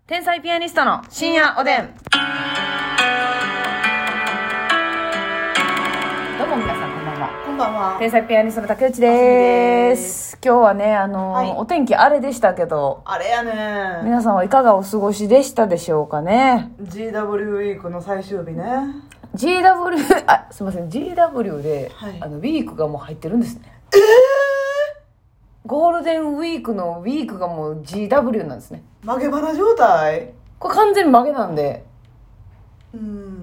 天才ピアニストの深夜おでん。どうも皆さんこんばんは。 こんばんは。 天才ピアニストの竹内です。今日はね、お天気あれでしたけど、 あれやね。 皆さんはいかがお過ごしでしたでしょうかね。 GW ウィークの最終日ね。 GW すいません GW で、 はいウィークがもう入ってるんですね。ゴールデンウィークのウィークがもう GW なんですね。 曲げ花状態。 これ完全に曲げなんで。だ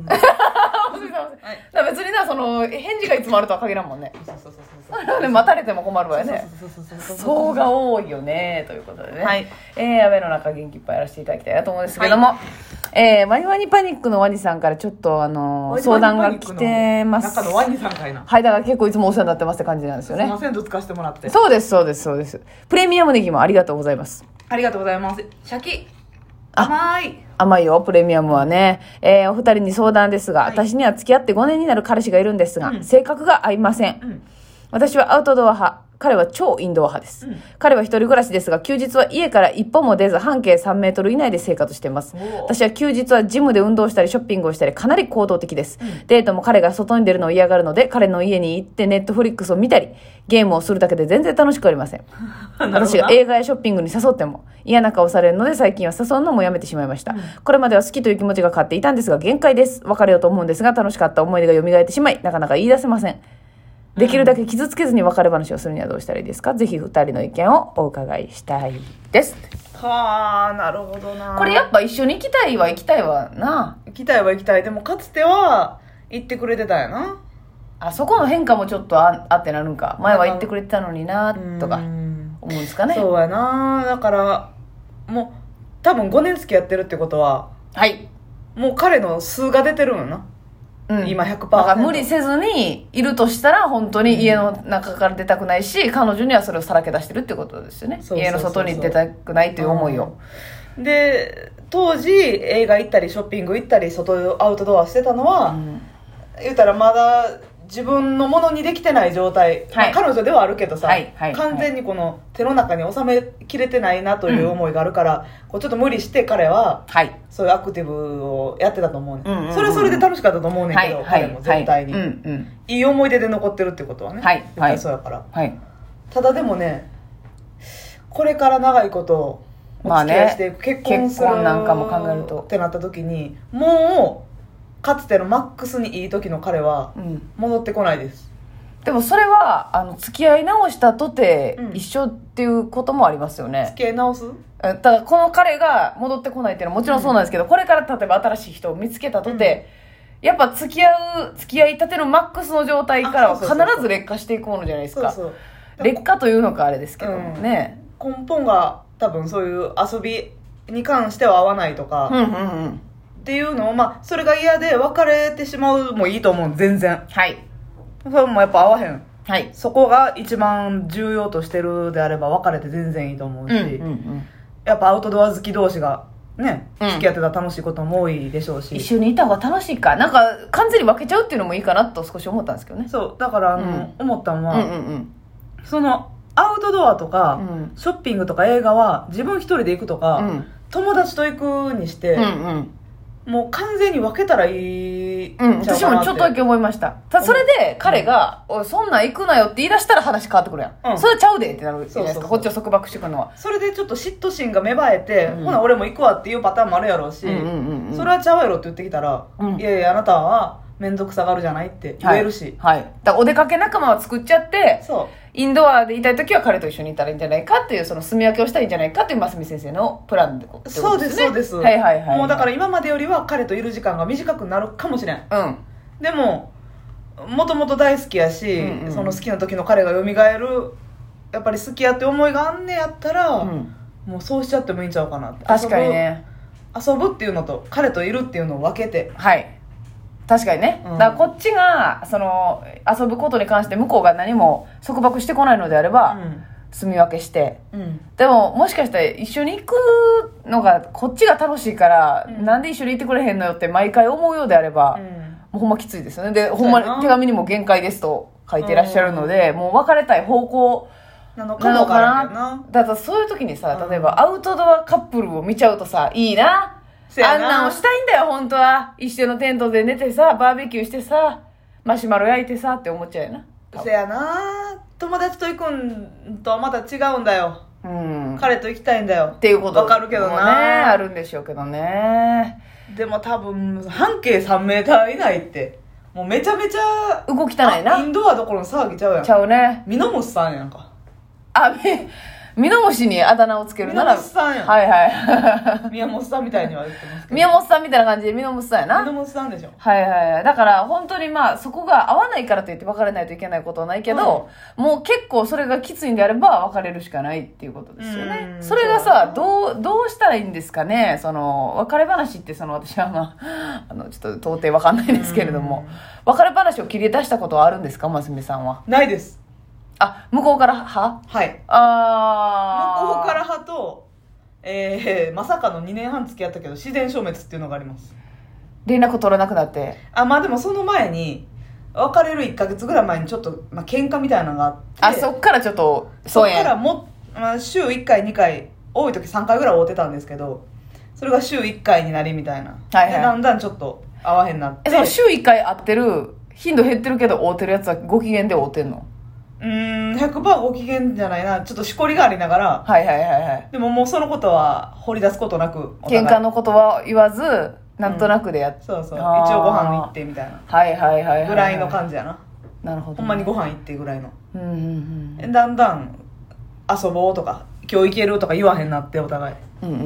から別にな、その返事がいつもあるとは限らんもんね。そう待たれても困るわよね。そうが多いよねということでね。 はい。 雨の中元気いっぱいやらせていただきたいなと思うんですけども、ワニワニパニックのワニさんからちょっと相談が来てます。 中のワニさんかいな。 はい、だから結構いつもお世話になってますって感じなんですよね。 すいません、どつかしてもらって。 そうですそうですそうです。プレミアムネギもありがとうございます。 ありがとうございます。シャキ。甘い。 甘いよ、プレミアムはね。お二人に相談ですが、 はい、 私には付き合って5年になる彼氏がいるんですが、性格が合いません。私はアウトドア派。彼は超インドア派です。彼は一人暮らしですが、休日は家から一歩も出ず、半径3メートル以内で生活しています。私は休日はジムで運動したり、ショッピングをしたり、かなり行動的です。デートも彼が外に出るのを嫌がるので、彼の家に行ってネットフリックスを見たり、ゲームをするだけで全然楽しくありません。私が映画やショッピングに誘っても、嫌な顔されるので、最近は誘うのもやめてしまいました。これまでは好きという気持ちが勝っていたんですが、限界です。別れようと思うんですが、楽しかった思い出が蘇ってしまい、なかなか言い出せません。できるだけ傷つけずに別れ話をするにはどうしたらいいですか？ぜひ二人の意見をお伺いしたいです。 はあ、なるほどな。 これやっぱ一緒に行きたいは行きたいわな。 行きたいは行きたい。でもかつては行ってくれてたんやな。 あそこの変化もちょっとあってなるんか。前は言ってくれてたのになとか思うんですかね。 そうやな。だからもう多分5年付き合ってるってことは、 はい、 もう彼の数が出てるんやな。今 100%。 だから無理せずにいるとしたら本当に家の中から出たくないし、彼女にはそれをさらけ出してるってことですよね。家の外に出たくないという思いを、 で当時映画行ったりショッピング行ったり外アウトドアしてたのは、言うたらまだ自分のものにできてない状態、彼女ではあるけどさ、完全にこの手の中に収めきれてないなという思いがあるから、こうちょっと無理して彼は、そういうアクティブをやってたと思うね、それはそれで楽しかったと思うねんけど、彼も絶対に、いい思い出で残ってるってことはね、絶対そうやから、ただでもね、これから長いことお付き合いしていく、結婚するなんかも考えるとってなった時に、もうかつてのマックスにいい時の彼は戻ってこないです、 でもそれは付き合い直したとて一緒っていうこともありますよね。 付き合い直す？ ただこの彼が戻ってこないっていうのはもちろんそうなんですけど、これから例えば新しい人を見つけたとて、やっぱ付き合いたてのマックスの状態からは必ず劣化していくものじゃないですか。劣化というのかあれですけどもね、 根本が多分そういう遊びに関しては合わないとか、っていうのを、それが嫌で別れてしまうもいいと思う、全然。それもやっぱ合わへん。そこが一番重要としてるであれば別れて全然いいと思うし、やっぱアウトドア好き同士がね、付き合ってたら楽しいことも多いでしょうし、 一緒にいた方が楽しいか、なんか完全に分けちゃうっていうのもいいかなと少し思ったんですけどね。 そうだから思ったのは、そのアウトドアとか、ショッピングとか映画は自分一人で行くとか、友達と行くにして、もう完全に分けたらいい、 私もちょっとだけ思いました。それで彼が、おいそんなん行くなよって言い出したら話変わってくるやん、それちゃうでってなるじゃないですか。こっちを束縛してくるのは。 それでちょっと嫉妬心が芽生えて、ほな俺も行くわっていうパターンもあるやろうし、それはちゃうやろって言ってきたら、いやいやあなたは面倒くさがるじゃないって言えるし、 だからお出かけ仲間を作っちゃって、インドアでいたい時は彼と一緒にいたらいいんじゃないかっていう、その住み分けをしたらいいんじゃないかっていうますみ先生のプランでことですね。 そうですそうです、もうだから今までよりは彼といる時間が短くなるかもしれん、でももともと大好きやし、その好きな時の彼が蘇る、やっぱり好きやって思いがあんねやったら、もうそうしちゃってもいいんちゃうかなって。 確かにね、 遊ぶっていうのと彼といるっていうのを分けて、 確かにね、だからこっちがその遊ぶことに関して向こうが何も束縛してこないのであれば、住み分けして、でももしかしたら一緒に行くのがこっちが楽しいから、なんで一緒に行ってくれへんのよって毎回思うようであれば、もうほんまきついですよね。でほんまに手紙にも限界ですと書いていらっしゃるので、もう別れたい方向なのかもわからんけどな。 だからそういう時にさ、例えばアウトドアカップルを見ちゃうとさ、いいな。あんなんをしたいんだよ、本当は。一緒のテントで寝てさ、バーベキューしてさ、マシュマロ焼いてさって思っちゃうよな。 せやな。友達と行くんとはまた違うんだよ。 うん。 彼と行きたいんだよ。 っていうことわかるけどな。 ね、あるんでしょうけどね。 でも多分、半径3メーター以内って、もうめちゃめちゃ、 動き汚いな。 インドアどころの騒ぎちゃうやん。 ちゃうね。 ミノムスさんやんか。 ミノムシにあだ名をつけるなら。 ミノムスさんやん。 はいはい。 宮本さんみたいには言ってますけど。 宮本さんみたいな感じでミノムシさんやな。 ミノムスさんでしょ。 はいはい。だから本当にまあそこが合わないからといって別れないといけないことはないけど、もう結構それがきついんであれば別れるしかないっていうことですよね。それがさ、どうしたらいいんですかね。その、別れ話って私はまあ、ちょっと到底わかんないですけれども、別れ話を切り出したことはあるんですか、ますみさんは。 ないです。 向こうから派？ はい。向こうから派と、まさかの2年半付き合ったけど自然消滅っていうのがあります。 連絡取らなくなって。 まあでもその前に、別れる1ヶ月ぐらい前にちょっと、喧嘩みたいなのがあって。 そっからちょっと、 そっから週1回2回、多い時3回ぐらい会うてたんですけど、それが週1回になりみたいな。はいはい、で、だんだんちょっと会わへんなって。 その週1回会ってる、頻度減ってるけど会うてるやつはご機嫌で会うてんの ？100% ご機嫌じゃないな。ちょっとしこりがありながら。 はいはいはいはい。 でももうそのことは掘り出すことなく。 喧嘩のことは言わず、なんとなくでやって。 そうそう。一応ご飯行ってみたいな。 はいはいはい。 ぐらいの感じやな。 なるほど、 ほんまにご飯行ってぐらいの。 うんうんうん。 だんだん遊ぼうとか、今日行けるとか言わへんなってお互い。 うんうんうん。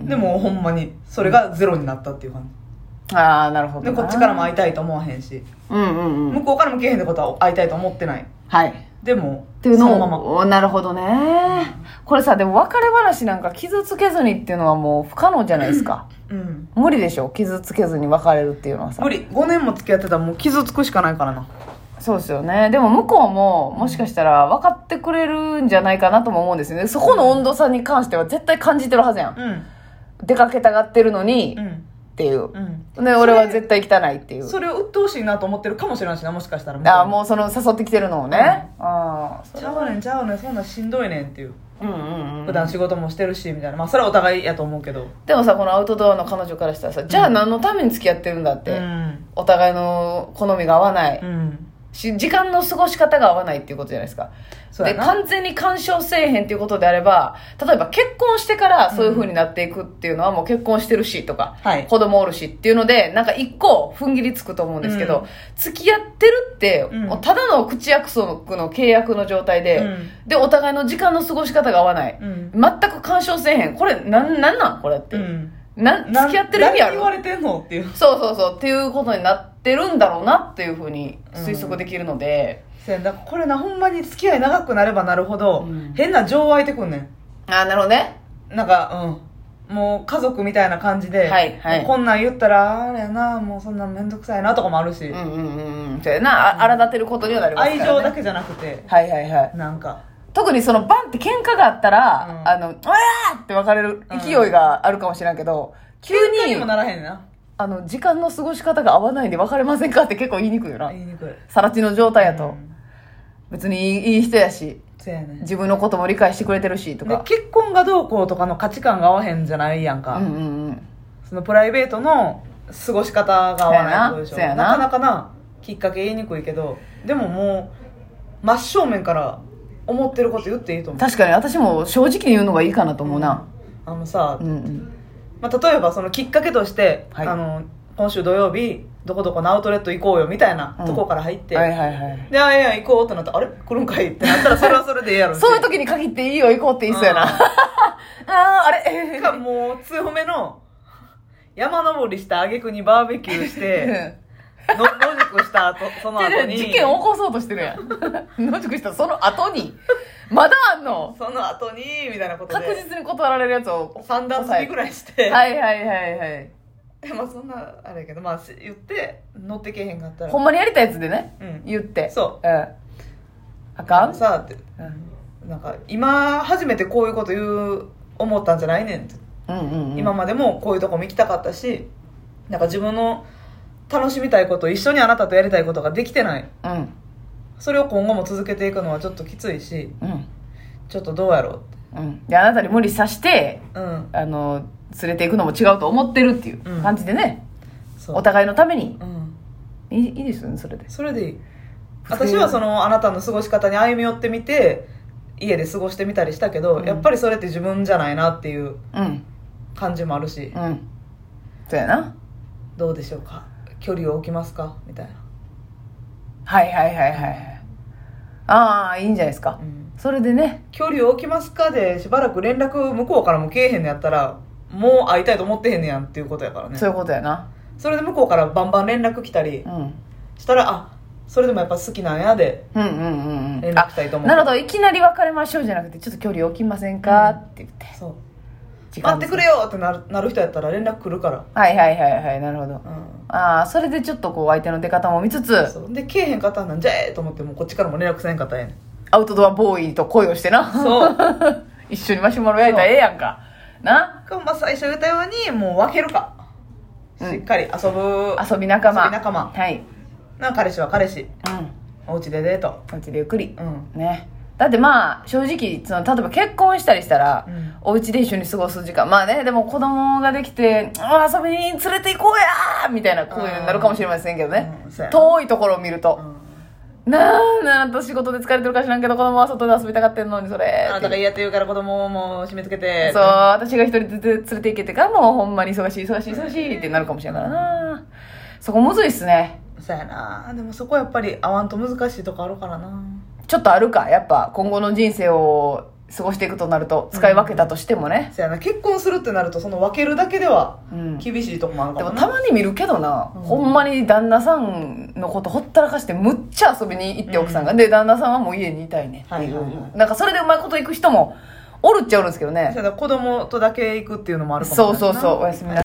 でもほんまに、それがゼロになったっていう感じ。 なるほど。 で、こっちからも会いたいと思わへんし。 うんうんうん。 向こうからも来へんってことは会いたいと思ってない。 はい。 でもっていうのそのまま。 なるほどね、これさ、でも別れ話なんか傷つけずにっていうのはもう不可能じゃないですか。無理でしょ、傷つけずに別れるっていうのはさ。 無理。5年も付き合ってたらもう傷つくしかないからな。 そうですよね。でも向こうももしかしたら分かってくれるんじゃないかなとも思うんですよね。そこの温度差に関しては絶対感じてるはずやん。出かけたがってるのに、っていう、で俺は絶対汚いっていう。 それを鬱陶しいなと思ってるかもしれないしな、もしかしたら。 もうその誘ってきてるのをね、 ちゃうねんそんなしんどいねんっていう、普段仕事もしてるしみたいな。それはお互いやと思うけど。 でもさ、このアウトドアの彼女からしたらさ、じゃあ何のために付き合ってるんだって、お互いの好みが合わない、時間の過ごし方が合わないっていうことじゃないですか。で、完全に干渉せえへんっていうことであれば、例えば結婚してからそういう風になっていくっていうのはもう結婚してるしとか、子供おるしっていうので、なんか一個踏ん切りつくと思うんですけど、付き合ってるって、ただの口約束の契約の状態で、で、お互いの時間の過ごし方が合わない。全く干渉せえへん。これ、なんこれって。付き合ってる意味ある？ 何言われてんのっていう。 そうっていうことになってるんだろうなっていう風に推測できるので、 だからこれな、ほんまに付き合い長くなればなるほど、変な情湧いてくんねん。 なるほどね。 なんか、もう家族みたいな感じで、こんなん言ったら、あれやな、もうそんなんめんどくさいなとかもあるし。 そうやな、荒立てることにはなりますからね。 愛情だけじゃなくて。なんか。 特にそのバンって喧嘩があったら、うわーって別れる勢いがあるかもしれんけど、 急にもならへんな。 時間の過ごし方が合わないんで別れませんかって結構言いにくいよな。 言いにくい。 さら地の状態やと。別にいい人やし、 そうやね、 自分のことも理解してくれてるしとか。 結婚がどうこうとかの価値観が合わへんじゃないやんか。そのプライベートの過ごし方が合わないことでしょ。なかなかな、きっかけ言いにくいけど、でももう、真正面から思ってること言っていいと思う。 確かに私も正直に言うのがいいかなと思うな。 さ、例えばそのきっかけとして、今週土曜日どこどこのアウトレット行こうよみたいなとこから入って、で、行こうってなったら、あれ来るんかいってなったら、それはそれでええやろそういう時に限っていいよ行こうって言いそうやな。あれかもう強めの山登りした挙句にバーベキューして野宿した後、その後に事件起こそうとしてるやん。野宿したその後にまだあんの、 その後にみたいなことで確実に断られるやつを 3段積みぐらいして、そんなあれやけど、言って乗ってけへんかったら、 ほんまにやりたいやつでね、言って、あかんさって、なんか今初めてこういうこと思ったんじゃないねんって、今までもこういうとこも行きたかったし、なんか自分の楽しみたいこと、一緒にあなたとやりたいことができてない、それを今後も続けていくのはちょっときついし、 ちょっとどうやろうって。 うん、であなたに無理さして、 うん、 連れていくのも違うと思ってるっていう感じでね、お互いのために、いいですよね。それでいい。 私はあなたの過ごし方に歩み寄ってみて家で過ごしてみたりしたけど、やっぱりそれって自分じゃないなっていう感じもあるし、 そうやな。 どうでしょうか、距離を置きますかみたいな。 はいああ、いいんじゃないですか、それでね、 距離を置きますかでしばらく連絡向こうからもけえへんのやったら、もう会いたいと思ってへんねやんっていうことやからね。 そういうことやな。 それで向こうからバンバン連絡来たりしたら、それでもやっぱ好きなんやで連絡したいと思う。 なるほど、いきなり別れましょうじゃなくて、ちょっと距離置きませんか、って言って、 そう待ってくれよってなる人やったら連絡来るから。 はい、なるほど、それでちょっと相手の出方も見つつ、 そうでけえへんかったんなんじゃえと思って、もこっちからも連絡せんかったらええねん。 アウトドアボーイと恋をしてな、 そう一緒にマシュマロ焼いたらええやんかな。 最初言ったようにもう分けるか、しっかり遊び仲間、はい、 彼氏は彼氏、お家でデート、 お家でゆっくり、ね。だって正直例えば結婚したりしたら、お家で一緒に過ごす時間、でも子供ができて遊びに連れて行こうやみたいな声になるかもしれませんけどね、遠いところを見ると、なんと仕事で疲れてるか知らんけど子供は外で遊びたがってんのに、それあなたが嫌って言うから子供をもう締め付けて、 そう、私が一人で連れて行けてからもうほんまに忙しいってなるかもしれんからな。そこむずいっすね。 そうやな。でもそこやっぱり合わんと難しいとこあるからな。 ちょっとあるか、やっぱ今後の人生を過ごしていくとなると、使い分けたとしてもね、 そうやな。結婚するってなるとその分けるだけでは厳しいとこもあるかもな。 でもたまに見るけどな、ほんまに旦那さんのことほったらかしてむっちゃ遊びに行って奥さんが、で旦那さんはもう家にいたいねっていう、なんかそれでうまいこと行く人もおるっちゃおるんですけどね。 子供とだけ行くっていうのもあるかもしれない。 そうおやすみなさい。